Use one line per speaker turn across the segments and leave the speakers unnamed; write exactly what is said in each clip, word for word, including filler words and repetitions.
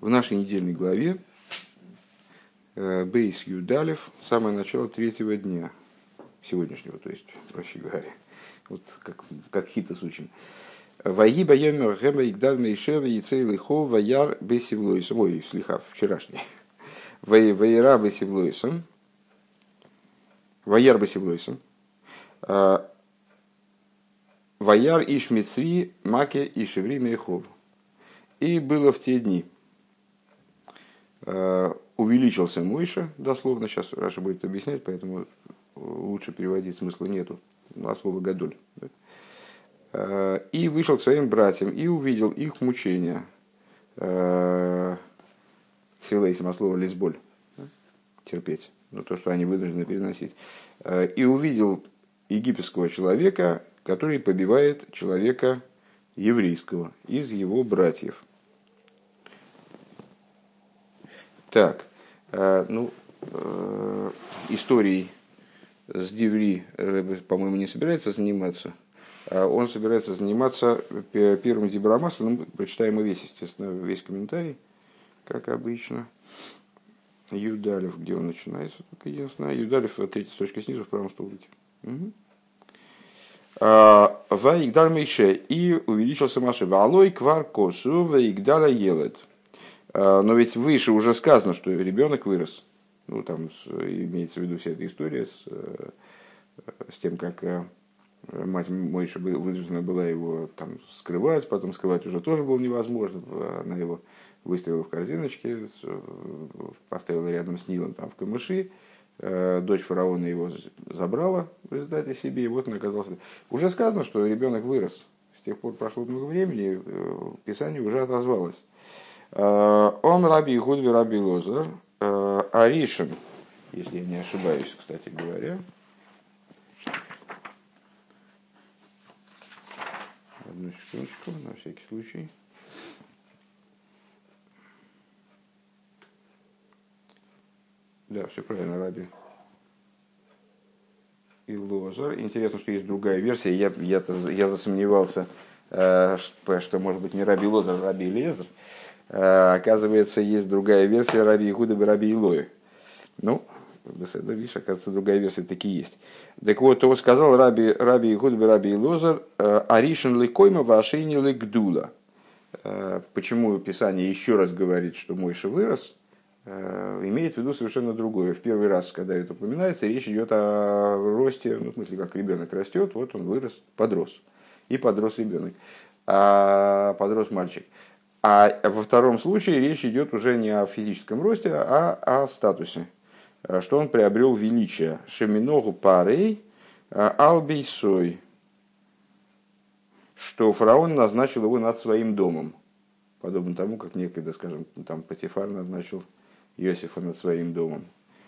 в нашей недельной главе Бейс Юдалев, самое начало третьего дня сегодняшнего, то есть, проще говоря, вот как, как хитос учим. Ваиба йомер гэба игдаль мейшева яйцей лихо ваяр бесивлойсом. Ой, слиха, вчерашний. Ваера бесивлойсом. Ваяр бесивлойсом. Ваяр иш мицри маке и шеври мейхов. И было в те дни. Увеличился Мойша, дословно, сейчас Раша будет объяснять, поэтому лучше переводить смысла нету, на слово гадоль. И вышел к своим братьям и увидел их мучения. Силейсом, а слово лесболь, терпеть, ну, то, что они вынуждены переносить. И увидел египетского человека, который побивает человека еврейского из его братьев. Так, ну, историей с Диври Ребе, по-моему, не собирается заниматься. Он собирается заниматься первым Дибрамаслом. Ну, прочитаем весь, естественно, весь комментарий, как обычно. Юдалев, где он начинается, только единственное. Юдалев, третья строчка снизу, в правом столбике. Ваигдаль Мейше, и увеличился Маше. Валой квар косу, ваигдаля елет. Но ведь выше уже сказано, что ребенок вырос. Ну, там имеется в виду вся эта история с, с тем, как мать Мойша вынуждена была его там скрывать, потом скрывать уже тоже было невозможно. Она его выставила в корзиночке, поставила рядом с Нилом там в камыши. Дочь фараона его забрала в результате себе, и вот он оказался. Уже сказано, что ребенок вырос. С тех пор прошло много времени, Писание уже отозвалось. Он Раби Игудви Раби Лозер, Аришин, если я не ошибаюсь, кстати говоря. Одну секундочку, на всякий случай. Да, все правильно, Раби и Лозер. Интересно, что есть другая версия. Я, я, я засомневался, что может быть не Раби Лозер, а Раби Элиэзер. Оказывается, есть другая версия Раби Игуда и Раби Илои. Ну, видишь, оказывается, другая версия таки есть. Так вот, то сказал Раби, Раби Игуда и Раби Илозер, Аришин ликойма вашини ликдула. Почему Писание еще раз говорит, что Мойша вырос, имеет в виду совершенно другое. В первый раз, когда это упоминается, речь идет о росте, ну, в смысле, как ребенок растет, вот он вырос, подрос. И подрос ребенок. А подрос мальчик. А во втором случае речь идет уже не о физическом росте, а о статусе, что он приобрел величие. Шеминогу парей албейсой, что фараон назначил его над своим домом, подобно тому, как некогда, скажем, там Потифар назначил Иосифа над своим домом,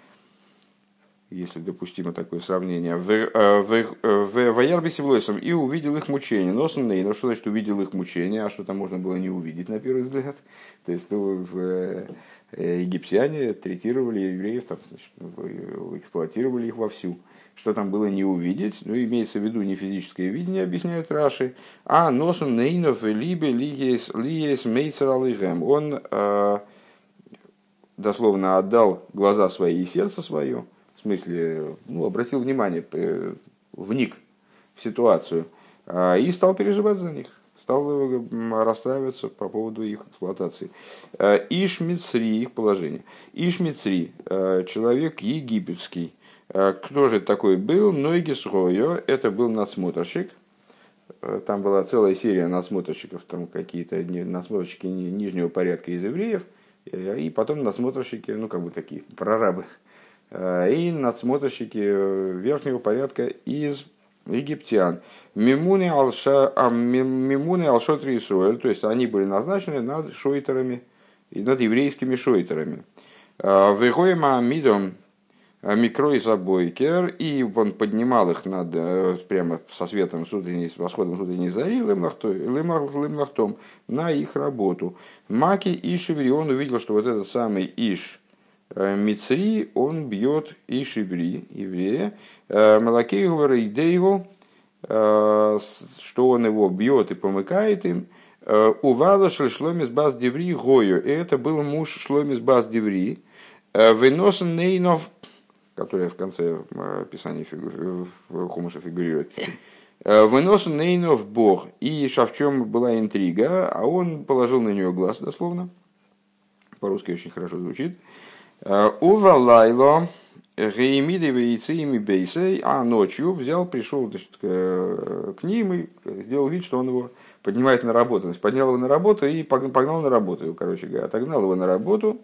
если допустимо такое сравнение. В Ваярбе Севлойсом и увидел их мучения. Но что значит увидел их мучения? А что там можно было не увидеть на первый взгляд? То есть ну, в, египтяне третировали евреев, там, значит, эксплуатировали их вовсю. Что там было не увидеть? Ну, имеется в виду не физическое видение, объясняет Раши, а носом нейнов либе лиес мейцер алейхем. Он э, дословно отдал глаза свои и сердце свое. В смысле, ну, обратил внимание, вник в ситуацию и стал переживать за них, стал расстраиваться по поводу их эксплуатации. Иш Мицри, их положение. Иш Мицри, человек египетский. Кто же такой был? Нойгис Ройо, это был надсмотрщик. Там была целая серия надсмотрщиков, там какие-то надсмотрщики нижнего порядка из евреев, и потом надсмотрщики, ну, как бы такие прорабы. И надсмотрщики верхнего порядка из египтян. Мимуны алшотри Исруэль, то есть они были назначены над шойтерами, над еврейскими шойтерами. Вегоема амидом микрой забойкер, и он поднимал их над, прямо со светом, с, утренней, с восходом с утренней зари, лымлахтом, на их работу. Маки Ишеври, он увидел, что вот этот самый Иш Мицри, он бьет Ишеври, еврея, Малакееву Рейдееву, что он его бьет и помыкает им, Увала шломис бас деври гою. И это был муж шломис бас деври. Выносен нейнов, который в конце описания Хумаша фигурирует. Выносен нейнов бог. И в чем была интрига, а он положил на нее глаз, дословно. По-русски очень хорошо звучит. Увалайло геймидовые яйцами бейсей, а ночью взял, пришел, значит, к, к ним и сделал вид, что он его поднимает на работу. То есть поднял его на работу и погнал на работу. Короче говоря, отогнал его на работу.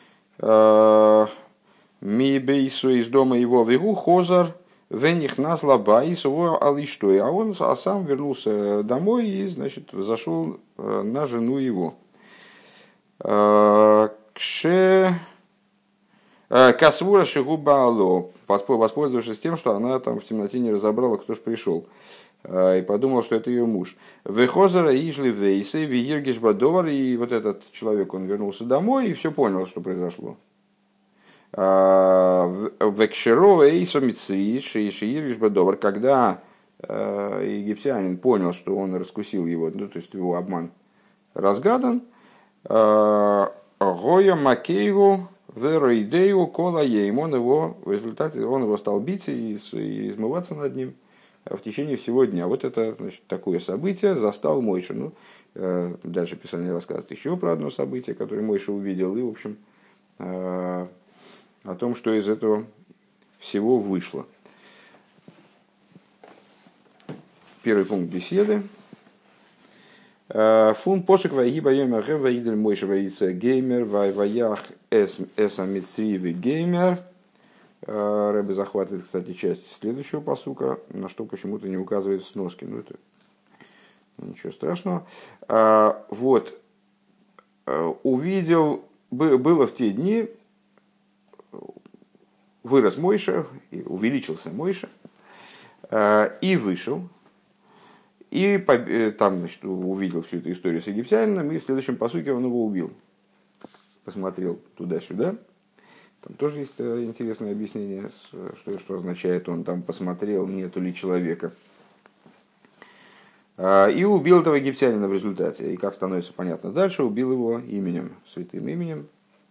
Ми бейсу из дома его в игу хозар вених нас лаба и суво алиштой. А он а сам вернулся домой и, значит, зашел на жену его. Кше Касвура Шигубало, воспользовавшись тем, что она там в темноте не разобрала, кто же пришел, и подумала, что это ее муж. Вехозара Ижли Вейсы, Вигиргиш Бадовар, и вот этот человек, он вернулся домой и все понял, что произошло. Векшеро Эйсо Мицри, Шииргиш Бадовар, когда египтянин понял, что он раскусил его, ну, то есть его обман разгадан, Гоя Макейгу, Вероидею кола ейм, он его в результате он его стал бить и, и измываться над ним в течение всего дня. Вот это, значит, такое событие застал Мойша. Ну, э, дальше Писание рассказывает еще про одно событие, которое Мойша увидел, и, в общем, э, о том, что из этого всего вышло. Первый пункт беседы. Фун посок вайгиба йома гэм ваидель Мойша ваица геймер ваях эса митсриви геймер. Рэбе захватывает, кстати, часть следующего пасука, на что почему-то не указывает в сноске. Ну, это ничего страшного. Вот. Увидел, было в те дни, вырос Мойша, увеличился Мойша, и вышел. И там, значит, увидел всю эту историю с египтянином, и в следующем посуке он его убил. Посмотрел туда-сюда. Там тоже есть интересное объяснение, что, что означает он там посмотрел, нету ли человека. И убил этого египтянина в результате. И как становится понятно дальше, убил его именем, святым именем.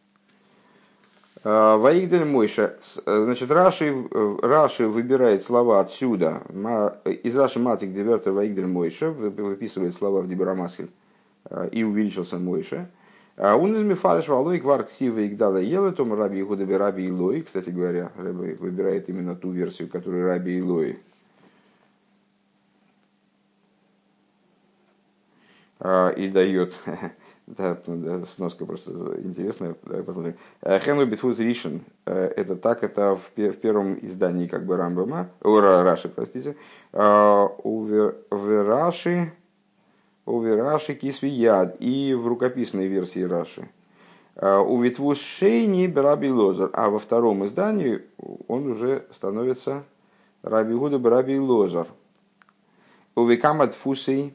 Ваигдель Мойша. Значит, Раши, Раши выбирает слова отсюда. Из Раши Матик Девертер Ваигдель Мойша выписывает слова в Дибрамасхель. И увеличился Мойша. Он из Мифареш Валой Кварк Сива Игдала Елетом Раби Игуда Раби Илой. Кстати говоря, Раби выбирает именно ту версию, которую Раби Илой. И дает. Да, сноска просто интересная. Хену Битфуз Ришен. Это так, это в первом издании как бы Рамбама, о, Раши, простите. У Раши, у Раши Кисвияд и в рукописной версии Раши. У Витвуз Шейни Раби Лозар, а во втором издании он уже становится Раби Гуда Раби Лозар. У Викамат Фусей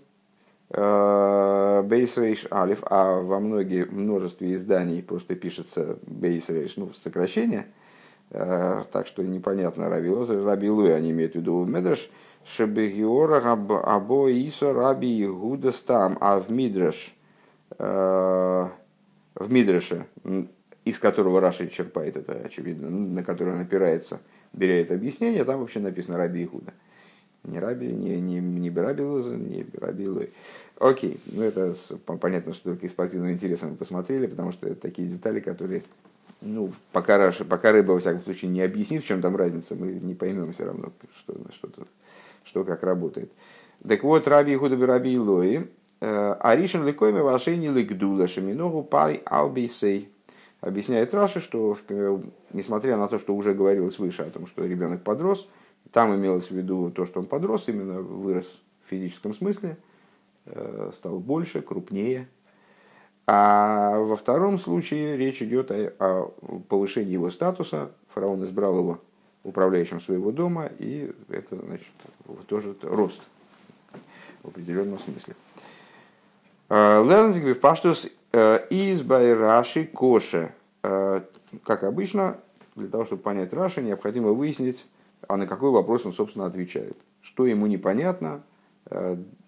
Бейсрейш Алиф, а во многие, множестве изданий просто пишется Бейсрейш, ну, сокращение, так что непонятно Раби Лозер, Раби Луи, они имеют в виду Медреш, Шебегиора Або Исо Раби Игуда Стам, а в Мидреш, в Мидреше, из которого Раши черпает это, очевидно, на который он опирается, беря это объяснение, там вообще написано Раби Игуда. Не Раби, не, не, не Раби Лозер, не Раби Луи. Окей, ну это понятно, что только из спортивного интереса мы посмотрели, потому что это такие детали, которые, ну, пока, Раша, пока рыба, во всяком случае, не объяснит, в чем там разница, мы не поймем все равно, что, что, тут, что как работает. Так вот, Раби Игуда Раби Илой, Аришин Ликойме Вашейни Ликдула Шаминогу Пари Албейсей. Объясняет Раши, что, несмотря на то, что уже говорилось выше о том, что ребенок подрос, там имелось в виду то, что он подрос, именно вырос в физическом смысле, стал больше, крупнее. А во втором случае речь идет о, о повышении его статуса. Фараон избрал его управляющим своего дома, и это, значит, тоже рост в определенном смысле. Лернинг паштус из бай Раши коше. Как обычно, для того, чтобы понять Раши, необходимо выяснить, а на какой вопрос он, собственно, отвечает. Что ему непонятно,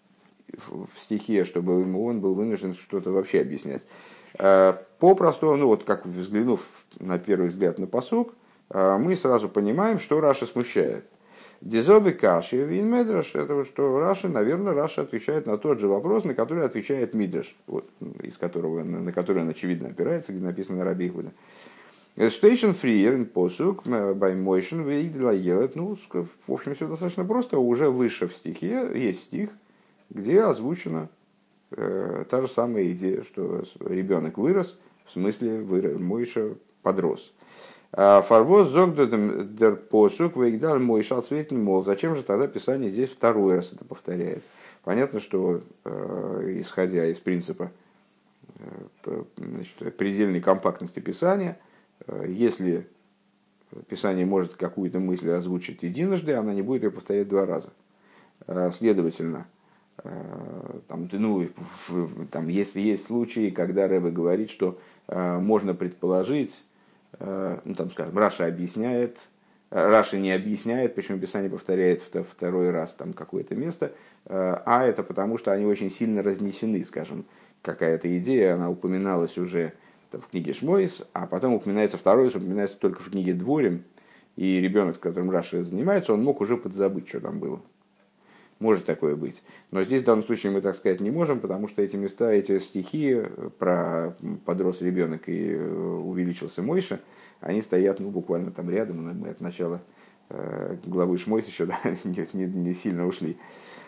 в стихе, чтобы ему он был вынужден что-то вообще объяснять. Попросту, ну вот как взглянув на первый взгляд на пасук, мы сразу понимаем, что Раши смущает. Дизоби каши вин медраш, это вот что Раши, наверное, Раши отвечает на тот же вопрос, на который отвечает Мидраш, вот, из которого, на, на который он очевидно опирается, где написано Раби Ихуда. Station freer in посук by motion выиграла елет. Ну, в общем, все достаточно просто. Уже выше в стихе есть стих, где озвучена э, та же самая идея, что ребенок вырос, в смысле вырос, Мойша подрос. Фарвоз зогдем дер посук выигдал Мойша отсветен мол. Зачем же тогда Писание здесь второй раз это повторяет? Понятно, что э, исходя из принципа э, значит, предельной компактности Писания, если Писание может какую-то мысль озвучить единожды, она не будет ее повторять два раза. Следовательно, там, ну, там, если есть случаи, когда Ребе говорит, что можно предположить, ну, там, скажем, Раша объясняет, Раша не объясняет, почему Писание повторяет второй раз там какое-то место, а это потому, что они очень сильно разнесены, скажем, какая-то идея, она упоминалась уже в книге Шмойс, а потом упоминается второй раз, упоминается только в книге Дворим, и ребенок, с которым Раши занимается, он мог уже подзабыть, что там было. Может такое быть. Но здесь в данном случае мы так сказать не можем, потому что эти места, эти стихи про подрос ребенок и увеличился Мойша, они стоят ну, буквально там рядом, мы от начала э, главы Шмойс еще да, не, не, не сильно ушли.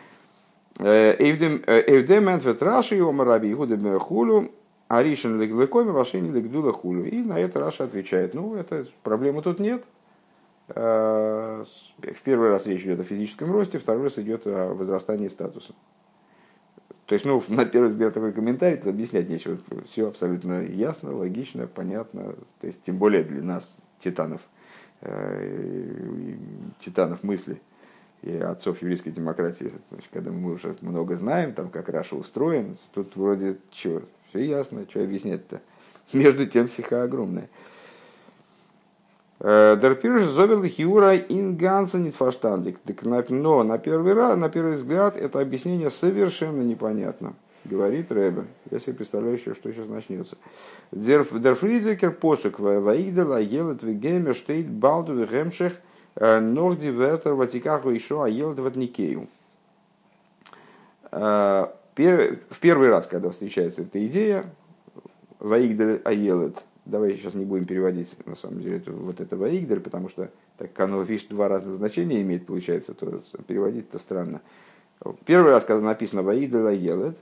Эвдем энфет Раши, омараби Игуда хулю, Аришин леглыкоми, вашини легдула хулю. И на это Раша отвечает, ну, это, проблемы тут нет. В первый раз речь идет о физическом росте, второй раз идет о возрастании статуса. То есть, ну, на первый взгляд такой комментарий, тут объяснять нечего. Все абсолютно ясно, логично, понятно. То есть, тем более для нас, титанов, титанов мысли и отцов еврейской демократии, значит, когда мы уже много знаем, там, как Раша устроен, тут вроде чего, все ясно, что объяснять-то. Между тем стиха огромная. Дерпирш зовер хиура инганса нитфаштандик. Но на первый раз, на первый взгляд, это объяснение совершенно непонятно, говорит Ребе. Я себе представляю еще, что сейчас начнется. Дерфризекер посук ваигдала елет вегемер штейт балду вегемшех норди вертер ватикаху еще а елет ватникею. В первый раз, когда встречается эта идея, ваигдаль аелет, давай сейчас не будем переводить, на самом деле, это, вот это ваигдаль, потому что, так как оно, видишь, два разных значения имеет, получается, то переводить-то странно. Первый раз, когда написано ваигдаль аелет,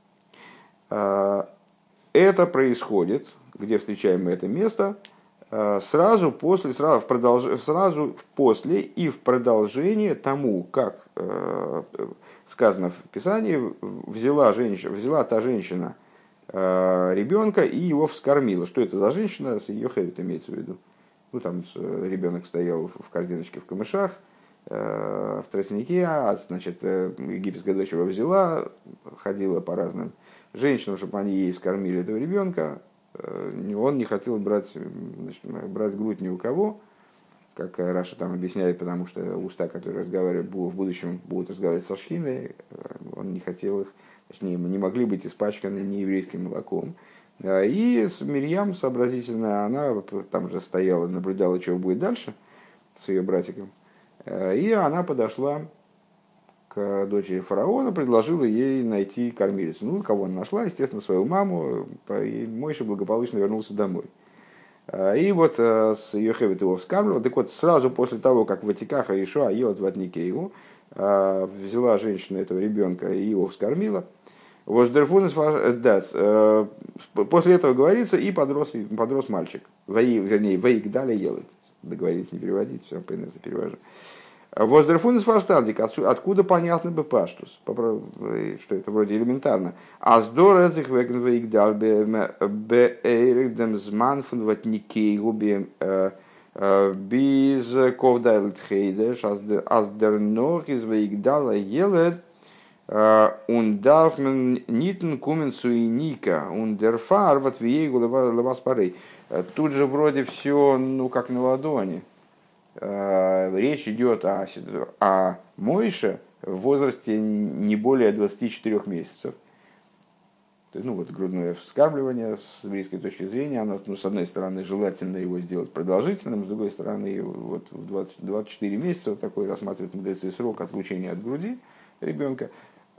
это происходит, где встречаем мы это место, сразу после, сразу, в продолж... сразу после и в продолжение тому, как сказано в Писании, взяла, женщина, взяла та женщина ребенка и его вскормила. Что это за женщина? Ее хевит имеется в виду. Ну, там ребенок стоял в корзиночке в камышах, в тростнике, а значит, египетская дочь его взяла, ходила по разным женщинам, чтобы они ей вскормили этого ребенка. Он не хотел брать, значит, брать грудь ни у кого, как Раша там объясняет, потому что уста, которые разговаривают в будущем, будут разговаривать со Шхиной, он не хотел их, точнее, не могли быть испачканы нееврейским молоком. И Мирьям сообразительно, она там же стояла, наблюдала, что будет дальше с ее братиком. И она подошла к дочери фараона, предложила ей найти кормилицу. Ну, кого она нашла? Естественно, свою маму. И Мойша благополучно вернулся домой. И вот с Йохевит его вскармливал. Так вот, сразу после того, как в Ватикаха Ишуа елот ватникейгу, взяла женщина этого ребенка и его вскормила. После этого говорится, и подрос, подрос мальчик. Ваи, вернее, ваигдаля елот. Договорились не переводить, все, по инерции перевожу. Воздерфун из фаштандик, откуда понятно бы паштус, что это вроде элементарно. А здорово этих веген ваигдаль беэрдем зман фун ватникейгу без ковдайлт хейдеш, аздернох из ваигдала елет, und darf man nitten kommen zu Ника, und der Fahr wat виегу лаваспарей. Тут же вроде все, ну, как на ладони. Речь идет о, о Мойше, в возрасте не более двадцати четырёх месяцев. То есть, ну, вот грудное вскармливание с еврейской точки зрения, оно, ну, с одной стороны, желательно его сделать продолжительным, с другой стороны, вот в двадцать, двадцать четыре месяца вот такой рассматривает мудрецы срок отлучения от груди ребенка.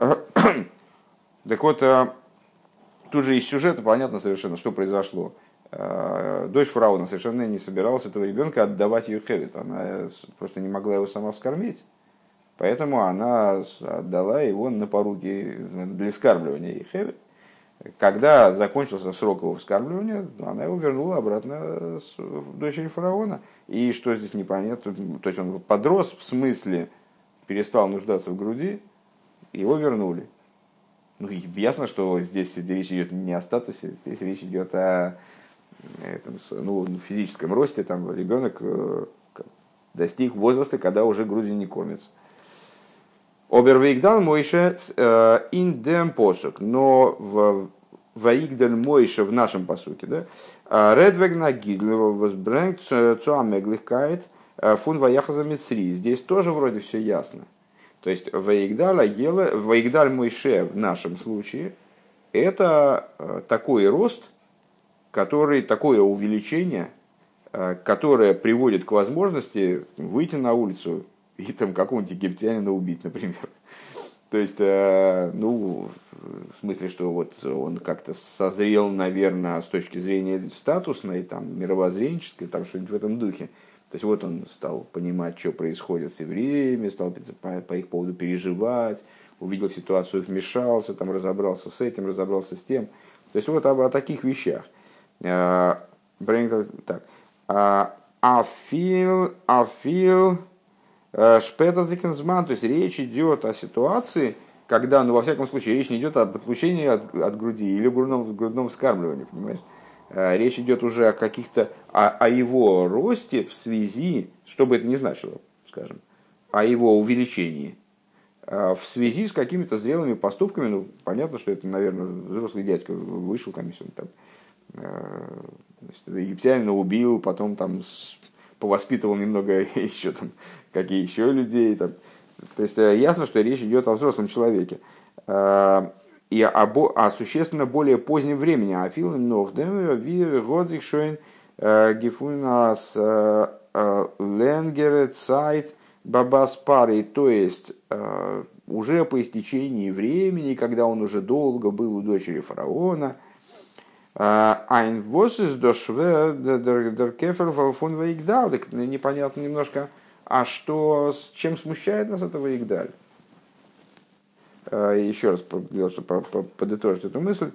Так вот, тут же из сюжета понятно совершенно, что произошло. Дочь фараона совершенно не собиралась этого ребенка отдавать ее Хевет. Она просто не могла его сама вскормить. Поэтому она отдала его на поруки для вскармливания и Хевет. Когда закончился срок его вскармливания, она его вернула обратно в дочери фараона. И что здесь непонятно, то есть он подрос, в смысле перестал нуждаться в груди, его вернули. Ну, ясно, что здесь речь идет не о статусе, здесь речь идет о этом, ну, физическом росте. Там ребенок достиг возраста, когда уже грудью не кормится. Обервейгдал Мойше ин дем посук, но в Ваигдаль Мойше в нашем посуке, да, Редвегна Гидлева возбрэнг цуамеглихкайт фун ваяхаза Мицри. Здесь тоже вроде все ясно. То есть Ваигдаль ела, Ваигдаль Мойше в нашем случае это такой рост, который, такое увеличение, которое приводит к возможности выйти на улицу и там какого-нибудь египтянина убить, например. То есть, ну, в смысле, что вот он как-то созрел, наверное, с точки зрения статусной, там, мировоззренческой, там что-нибудь в этом духе. То есть, вот он стал понимать, что происходит с евреями, стал по, по их поводу переживать, увидел ситуацию, вмешался, там, разобрался с этим, разобрался с тем. То есть, вот об, о таких вещах. Так. Афил, афил... Шпетазикензман, то есть речь идет о ситуации, когда, ну, во всяком случае, речь не идет об отлучении от, от груди или грудном, грудном вскармливании, понимаешь? Речь идет уже о каких-то, о, о его росте в связи, что бы это ни значило, скажем, о его увеличении, в связи с какими-то зрелыми поступками. Ну, понятно, что это, наверное, взрослый дядька вышел, там, если он там, значит, египтянина убил, потом там повоспитывал немного еще там, какие еще людей. Там. То есть ясно, что речь идет о взрослом человеке. И об, о существенно более позднем времени. А филм нордем вир годзик шойн гифунас ленгере цайт бабаспари. То есть уже по истечении времени, когда он уже долго был у дочери фараона, Ein was ist das schwer der Käfer von Ваигдаль? Непонятно немножко, а что, чем смущает нас это Ваигдаль? Еще раз чтобы подытожить эту мысль.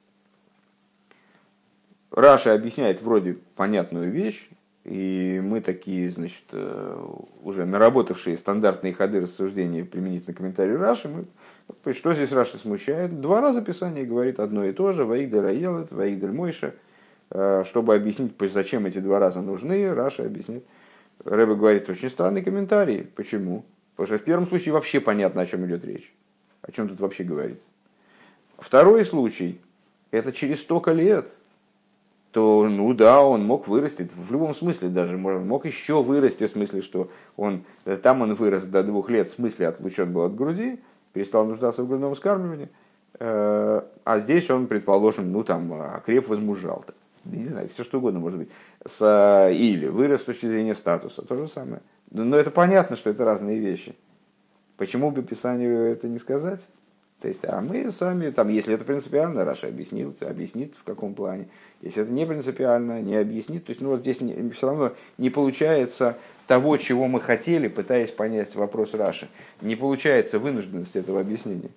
Раша объясняет вроде понятную вещь, и мы такие, значит, уже наработавшие стандартные ходы рассуждения применительно к комментарию Раши, мы что здесь Раши смущает? Два раза Писание говорит одно и то же, Ваигдаль Аелет, Ваигдаль Мойша. Чтобы объяснить, зачем эти два раза нужны, Раши объясняет. Рэбе говорит очень странный комментарий. Почему? Потому что в первом случае вообще понятно, о чем идет речь. О чем тут вообще говорит. Второй случай, это через столько лет, то, ну да, он мог вырасти, в любом смысле даже, мог еще вырасти, в смысле, что он, там он вырос до двух лет, в смысле отлучен был от груди, перестал нуждаться в грудном вскармливании, а здесь он, предположим, ну там, окреп, возмужал. Не знаю, все что угодно может быть. С, или вырос с точки зрения статуса, то же самое. Но это понятно, что это разные вещи. Почему бы Писанию это не сказать? То есть, а мы сами, там, если это принципиально, Раша объяснит, объяснит в каком плане. Если это не принципиально, не объяснит. То есть, ну вот здесь не, все равно не получается того, чего мы хотели, пытаясь понять вопрос Раши. Не получается вынужденность этого объяснения.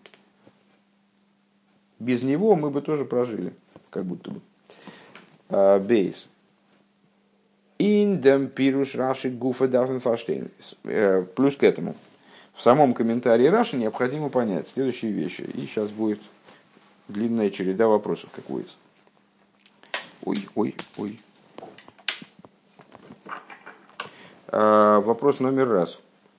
Без него мы бы тоже прожили, как будто бы. Бейс. Индем пируш Раши гуфа дафен фаштейн. Плюс к этому. В самом комментарии Раши необходимо понять следующие вещи. И сейчас будет длинная череда вопросов, как водится. Ой, ой, ой. А, вопрос номер раз.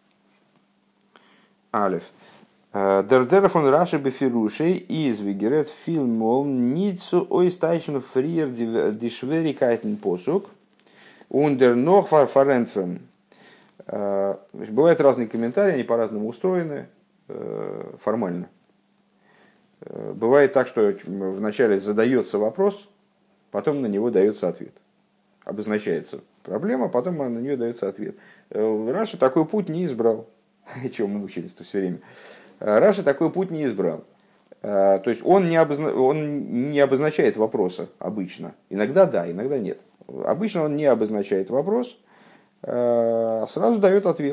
Алеф. Дердер фон Раши бефирушей из вигерет фильмол ницу ойстайчен фриер дишверикайтен посук ундер нох фарфарентфен. Бывают разные комментарии, они по-разному устроены. формально. Бывает так, что вначале задается вопрос, потом на него дается ответ. Обозначается проблема, потом на нее дается ответ. Раши такой путь не избрал. Чего мы мучились-то все время? Раши такой путь не избрал. То есть он не, обозна... он не обозначает вопроса обычно. Иногда да, иногда нет. Обычно он не обозначает вопрос, а сразу дает ответ.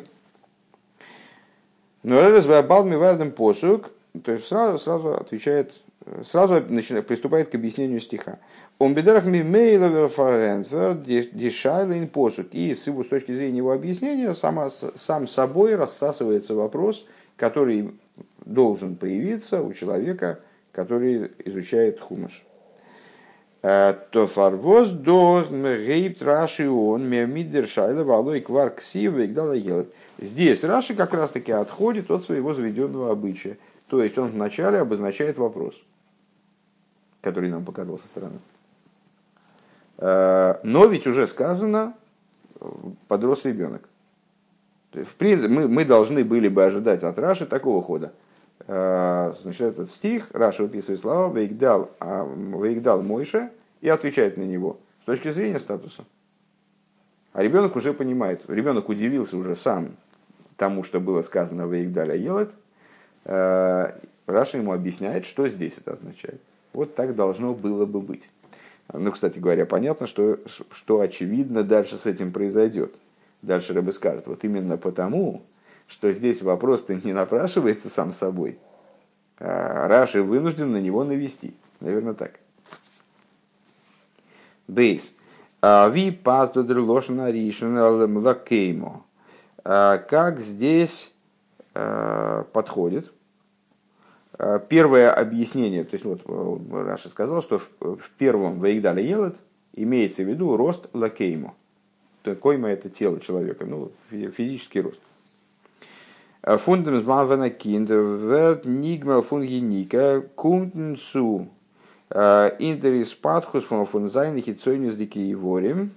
Но Балми Вардем посук, то есть сразу, сразу отвечает, сразу начинает, приступает к объяснению стиха. Он бедарах мимейловер фаренфер дешайлин посук. И с его с точки зрения его объяснения сама, сам собой рассасывается вопрос, который должен появиться у человека, который изучает хумаш. То фарвоз до гейб Раши он мемидер шайла валой кварк сива и гдала елет. Здесь Раши как раз таки отходит от своего заведенного обычая. То есть он вначале обозначает вопрос, который нам показал со стороны. Но ведь уже сказано, подрос ребенок. В принципе, мы, мы должны были бы ожидать от Раши такого хода. Значит, этот стих, Раши выписывает слова «Вейгдал, Вейгдал Мойше» и отвечает на него с точки зрения статуса. А ребенок уже понимает, ребенок удивился уже сам тому, что было сказано «Вейгдаля елет». Раши ему объясняет, что здесь это означает. Вот так должно было бы быть. Ну, кстати говоря, понятно, что, что очевидно дальше с этим произойдет. Дальше Ребе скажет, вот именно потому, что здесь вопрос-то не напрашивается сам собой, а Раши вынужден на него навести. Наверное, так. Бейс. Ви пас додр лошана ришена лакеймо. Как здесь подходит первое объяснение, то есть вот Раши сказал, что в первом Вейгдале Елет имеется в виду рост лакеймо. Койма — это тело человека, ну, физический рост. Фундамент мавана кинд верт нигмал фун геника кумтенцу интерес патхус фун фун зайны хитцойнис дики ворим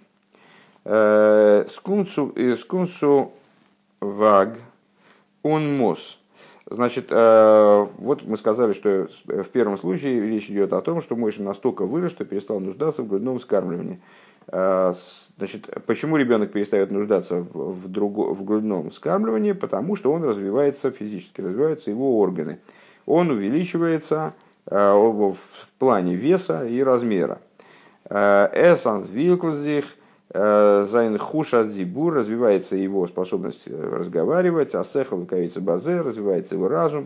скунцу ваг он мос. Значит, вот мы сказали, что в первом случае речь идет о том, что Мойша настолько вырос, что перестал нуждаться в грудном вскармливании. Значит, почему ребенок перестает нуждаться в, друго, в грудном вскармливании? Потому что он развивается физически, развиваются его органы. Он увеличивается в плане веса и размера. Эссанс вилклзих, зайн хуша дзибур, развивается его способность разговаривать, асехал кавица базе, развивается его разум.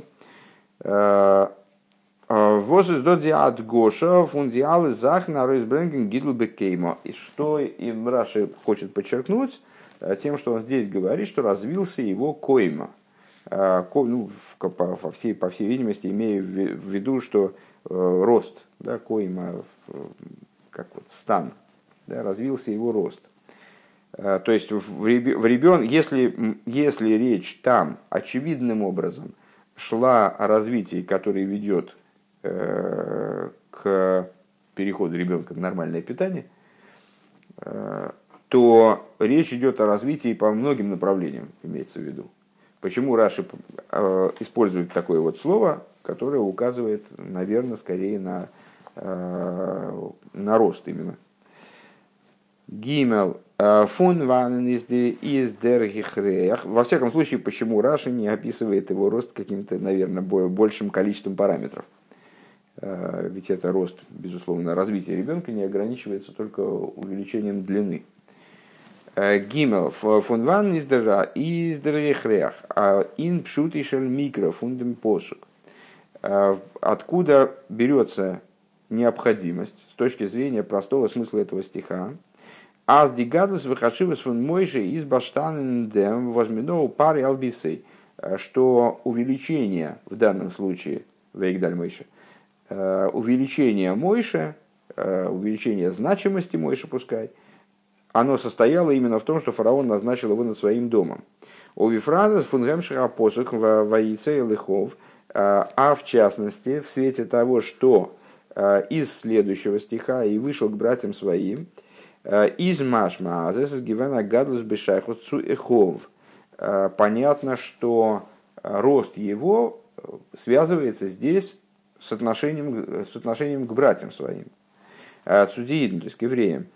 Вот из доди от Гоша фундиалы зах на рейсбренген гидлу бекеймо. И что им Раши хочет подчеркнуть тем, что он здесь говорит, что развился его койма. Ну, по, всей, по всей видимости, имея в виду, что рост, да, койма, как вот стан, да, развился его рост. То есть в ребен... если, если речь там очевидным образом шла о развитии, которое ведет к переходу ребенка в нормальное питание, то речь идет о развитии по многим направлениям, имеется в виду. Почему Раши использует такое вот слово, которое указывает, наверное, скорее на, на рост именно. Гимел фун ванен из дер гихреях. Во всяком случае, почему Раши не описывает его рост каким-то, наверное, большим количеством параметров. Ведь это рост, безусловно, развитие ребенка не ограничивается только увеличением длины. Гимел фун ван из дера из дерехрех ин пшут ишель микро фундем посук. Откуда берется необходимость с точки зрения простого смысла этого стиха? Аз дигадус выхашивас фун мойши из баштанен дем возьминову пари албисей, что увеличение в данном случае вейгдаль мойши, увеличение Мойше, увеличение значимости Мойше, пускай, оно состояло именно в том, что фараон назначил его над своим домом. У Вифраза фунгемшиха посук воице и лихов, а в частности, в свете того, что из следующего стиха и вышел к братьям своим, из машма азес гивена гадлус бешайхут цу эхов, понятно, что рост его связывается здесь с отношением, с отношением к братьям своим, цудиидам, то есть к евреям.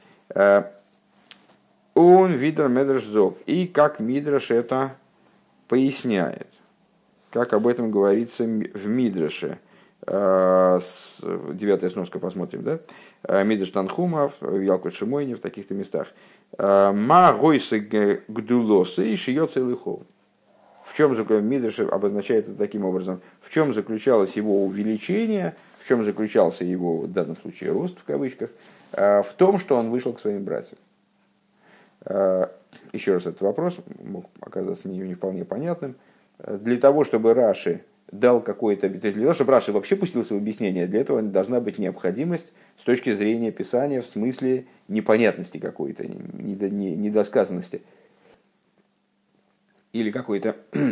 Он видер медраш зог. И как Мидраш это поясняет. Как об этом говорится в Мидраше. Девятая сноска посмотрим, да? Мидраш Танхума, в Ялкут Шимойне, в таких-то местах. Ма гойсы гдулосы и шьет целыхов. В чем Мидраш обозначает это таким образом? В чем заключалось его увеличение, в чем заключался его, в данном случае, рост, в кавычках, в том, что он вышел к своим братьям. Еще раз, этот вопрос мог оказаться не, не вполне понятным. Для того, чтобы Раши дал какое-то... Для того, чтобы Раши вообще пустился в объяснение, для этого должна быть необходимость с точки зрения Писания в смысле непонятности какой-то, недосказанности. Или какой-то...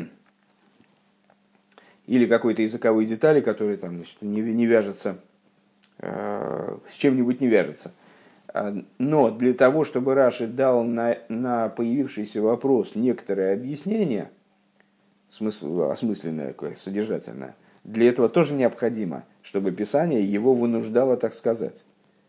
Или какой-то языковой детали, которая там, значит, не, не вяжется, э, с чем-нибудь не вяжется. Но для того, чтобы Раши дал на, на появившийся вопрос некоторое объяснение, смысл, осмысленное, содержательное, для этого тоже необходимо, чтобы Писание его вынуждало так сказать.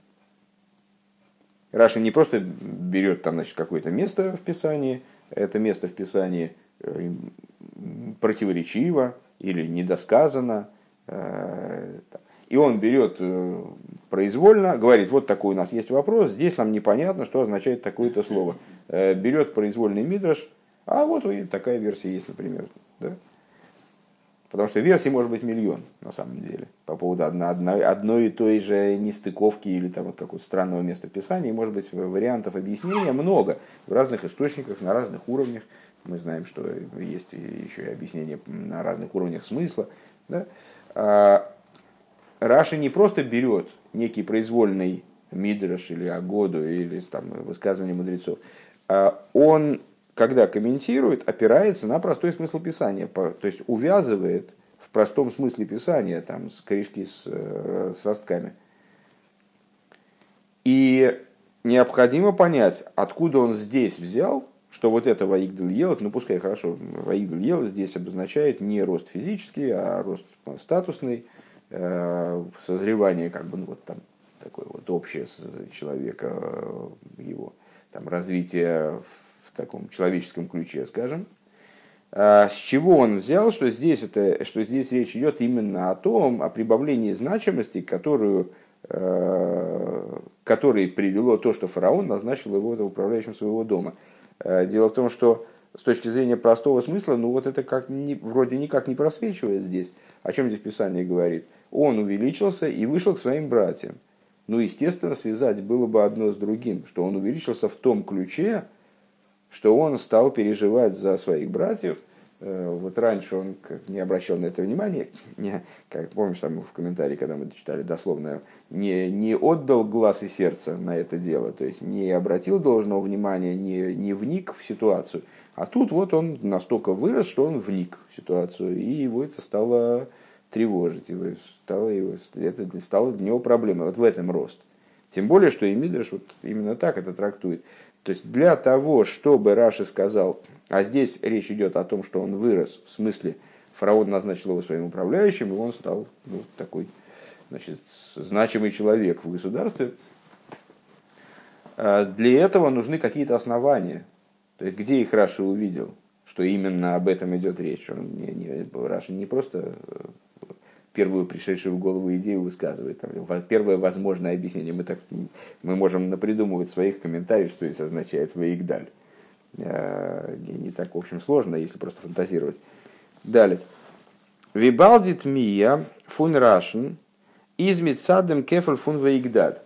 Раши не просто берет там, значит, какое-то место в Писании, это место в Писании противоречиво или недосказано, и он берет произвольно, говорит, вот такой у нас есть вопрос, здесь нам непонятно, что означает такое-то слово. Берет произвольный мидраш, а вот и такая версия есть, например. Да? Потому что версий может быть миллион, на самом деле, по поводу одной, одной, одной и той же нестыковки или там, вот, какого-то странного места Писания. Может быть, вариантов объяснения много в разных источниках, на разных уровнях. Мы знаем, что есть еще и объяснения на разных уровнях смысла. Да? Раши не просто берет некий произвольный мидраш или агоду или там, высказывание мудрецов. Он, когда комментирует, опирается на простой смысл Писания. То есть увязывает в простом смысле Писания там, с корешки с, с ростками. И необходимо понять, откуда он здесь взял, что вот это ваигдаль елот, ну пускай хорошо, ваигдаль елот здесь обозначает не рост физический, а рост статусный, созревание, как бы, ну, вот там такое вот общее человека, его там, развитие в таком человеческом ключе, скажем. С чего он взял, что здесь, это, что здесь речь идет именно о том, о прибавлении значимости, которую, которое привело то, что фараон назначил его управляющим своего дома. Дело в том, что с точки зрения простого смысла, ну вот это как ни, вроде никак не просвечивает здесь. О чем здесь Писание говорит? Он увеличился и вышел к своим братьям. Ну, естественно, связать было бы одно с другим, что он увеличился в том ключе, что он стал переживать за своих братьев. Вот раньше он не обращал на это внимания, не, как помнишь, там в комментарии, когда мы читали дословно, не, не отдал глаз и сердце на это дело, то есть не обратил должного внимания, не, не вник в ситуацию. А тут вот он настолько вырос, что он вник в ситуацию, и его это стало тревожить, его стало, его, это стало для него проблемой. Вот в этом рост. Тем более, что и Мидраш вот именно так это трактует. То есть для того, чтобы Раши сказал, а здесь речь идет о том, что он вырос, в смысле фараон назначил его своим управляющим, и он стал ну, такой, значит, значимый человек в государстве. Для этого нужны какие-то основания. То есть где их Раши увидел, что именно об этом идет речь. Он не, не, Раши не просто первую пришедшую в голову идею высказывает. Там, первое возможное объяснение. Мы, так, мы можем напридумывать своих комментариев, что это означает «ваигдаль». Не, не так, в общем, сложно, если просто фантазировать. Далее. «Вибалдит мия фун рашен из митсадем кефаль фун ваигдаль».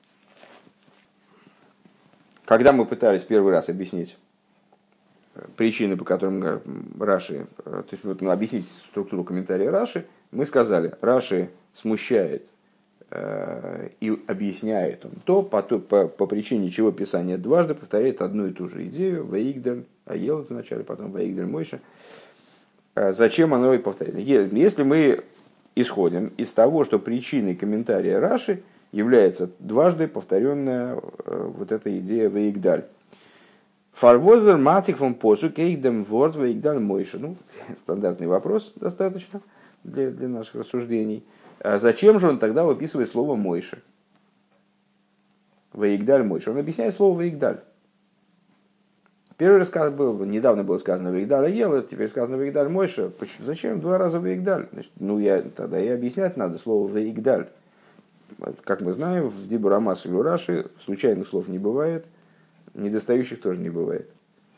Когда мы пытались первый раз объяснить причины, по которым Раши, то есть вот, ну, объяснить структуру комментария Раши, мы сказали, Раши смущает э, и объясняет он то по, то, по, по причине чего Писание дважды повторяет одну и ту же идею, Ваигдаль, Аел это вначале, потом Ваигдаль Мойша. Э, зачем оно и повторяет? Если мы исходим из того, что причиной комментария Раши является дважды повторенная э, вот эта идея Ваигдаль. Фарвозер матик фон посу кейдем ворд Ваигдаль Мойша. Ну, стандартный вопрос достаточно. для, для наших рассуждений. А зачем же он тогда выписывает слово Мойше? Ваигдаль Мойше. Он объясняет слово Ваигдаль. Первый рассказ был, недавно было сказано Ваигдаль ел, теперь сказано Ваигдаль Мойше. Зачем два раза Ваигдаль? Значит, ну, я, тогда и объяснять надо слово Ваигдаль. Как мы знаем, в Дибур Амас или Раши случайных слов не бывает, недостающих тоже не бывает.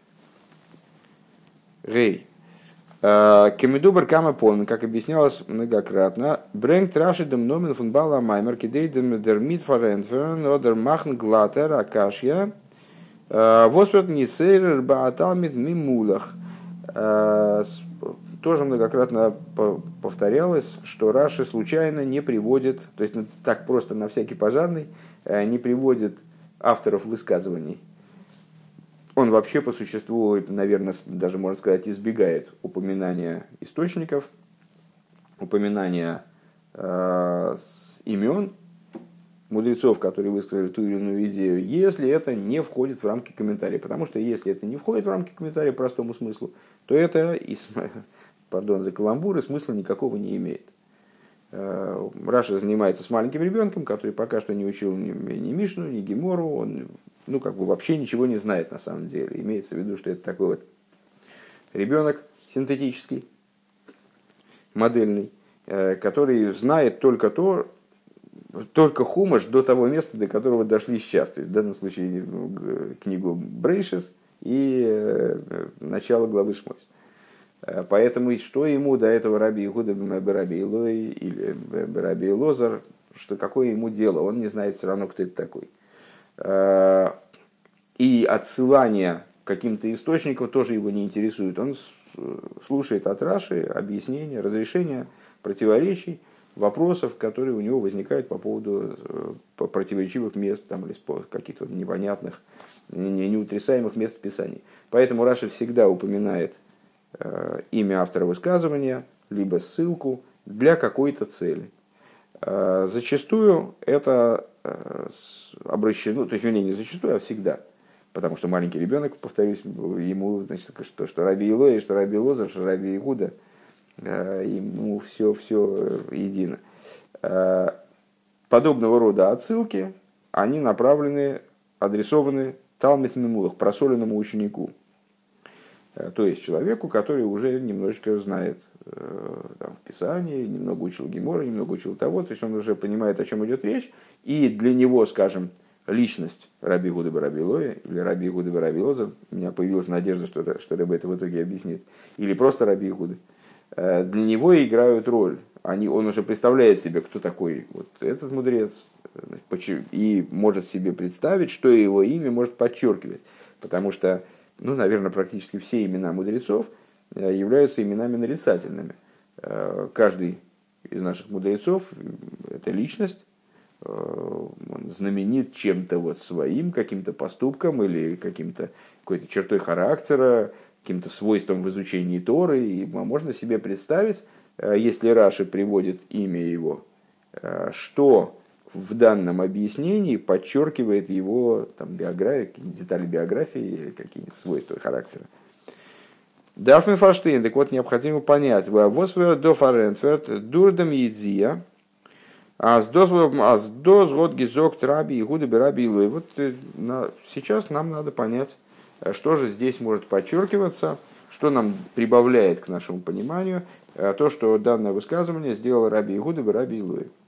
Гей. Кемидубр кама полн, как объяснялось многократно, брэнг трашидем номен фун бала маймер кидейдем дер митфаренферн одер махн глатер акашья восперт нисейрер бааталмит мимулах. Тоже многократно повторялось, что Раши случайно не приводит, то есть ну, так просто на всякий пожарный, не приводит авторов высказываний. Он вообще по существу, наверное, даже можно сказать, избегает упоминания источников, упоминания э, имен мудрецов, которые высказали ту или иную идею, если это не входит в рамки комментария. Потому что если это не входит в рамки комментария по простому смыслу, то это, пардон за каламбуры, смысла никакого не имеет. Раша занимается с маленьким ребенком, который пока что не учил ни, ни Мишну, ни Гемору, он ну, как бы вообще ничего не знает на самом деле. Имеется в виду, что это такой вот ребенок синтетический, модельный, который знает только то, только хумаш до того места, до которого дошли сейчас. То есть в данном случае книгу Брейшис и начало главы Шмойс. Поэтому что ему до этого Раби Иуда Раби Илой или Раби Лозар, что какое ему дело, он не знает все равно, кто это такой. И отсылание к каким-то источникам тоже его не интересует. Он слушает от Раши объяснения, разрешения противоречий, вопросов, которые у него возникают по поводу противоречивых мест там, или каких-то непонятных, неутрясаемых мест в Писании. Поэтому Раши всегда упоминает имя автора высказывания, либо ссылку для какой-то цели. Зачастую это обращено, то есть, вернее, не зачастую, а всегда. Потому что маленький ребенок, повторюсь, ему, значит, что, что Раби Илой, что Раби Лозар, что Раби Игуда, ему все, все едино. Подобного рода отсылки, они направлены, адресованы Талмид Мимулах, просоленному ученику. То есть человеку, который уже немножечко знает там, в Писании, немного учил Гемора, немного учил того, то есть он уже понимает, о чем идет речь, и для него, скажем, личность Раби Игуды бар Раби Илоя или Раби Игуды бар Раби Лозар, у меня появилась надежда, что, что Раби это в итоге объяснит, или просто Раби Игуды, для него играют роль. Они, он уже представляет себе, кто такой вот этот мудрец, и может себе представить, что его имя может подчеркивать, потому что ну, наверное, практически все имена мудрецов являются именами нарицательными. Каждый из наших мудрецов – это личность, он знаменит чем-то вот своим, каким-то поступком или каким-то, какой-то чертой характера, каким-то свойством в изучении Торы. И можно себе представить, если Раши приводит имя его, что в данном объяснении подчеркивает его там, биографию, какие-нибудь детали биографии, какие-нибудь свойства характера. Дафми Фарштейн, так вот, необходимо понять, «Восвер до фарентферт дурдам едзия, а с доз вот гизок траби и гуды раби Илой». Вот сейчас нам надо понять, что же здесь может подчеркиваться, что нам прибавляет к нашему пониманию то, что данное высказывание сделал Раби Игуда бар Раби Илой.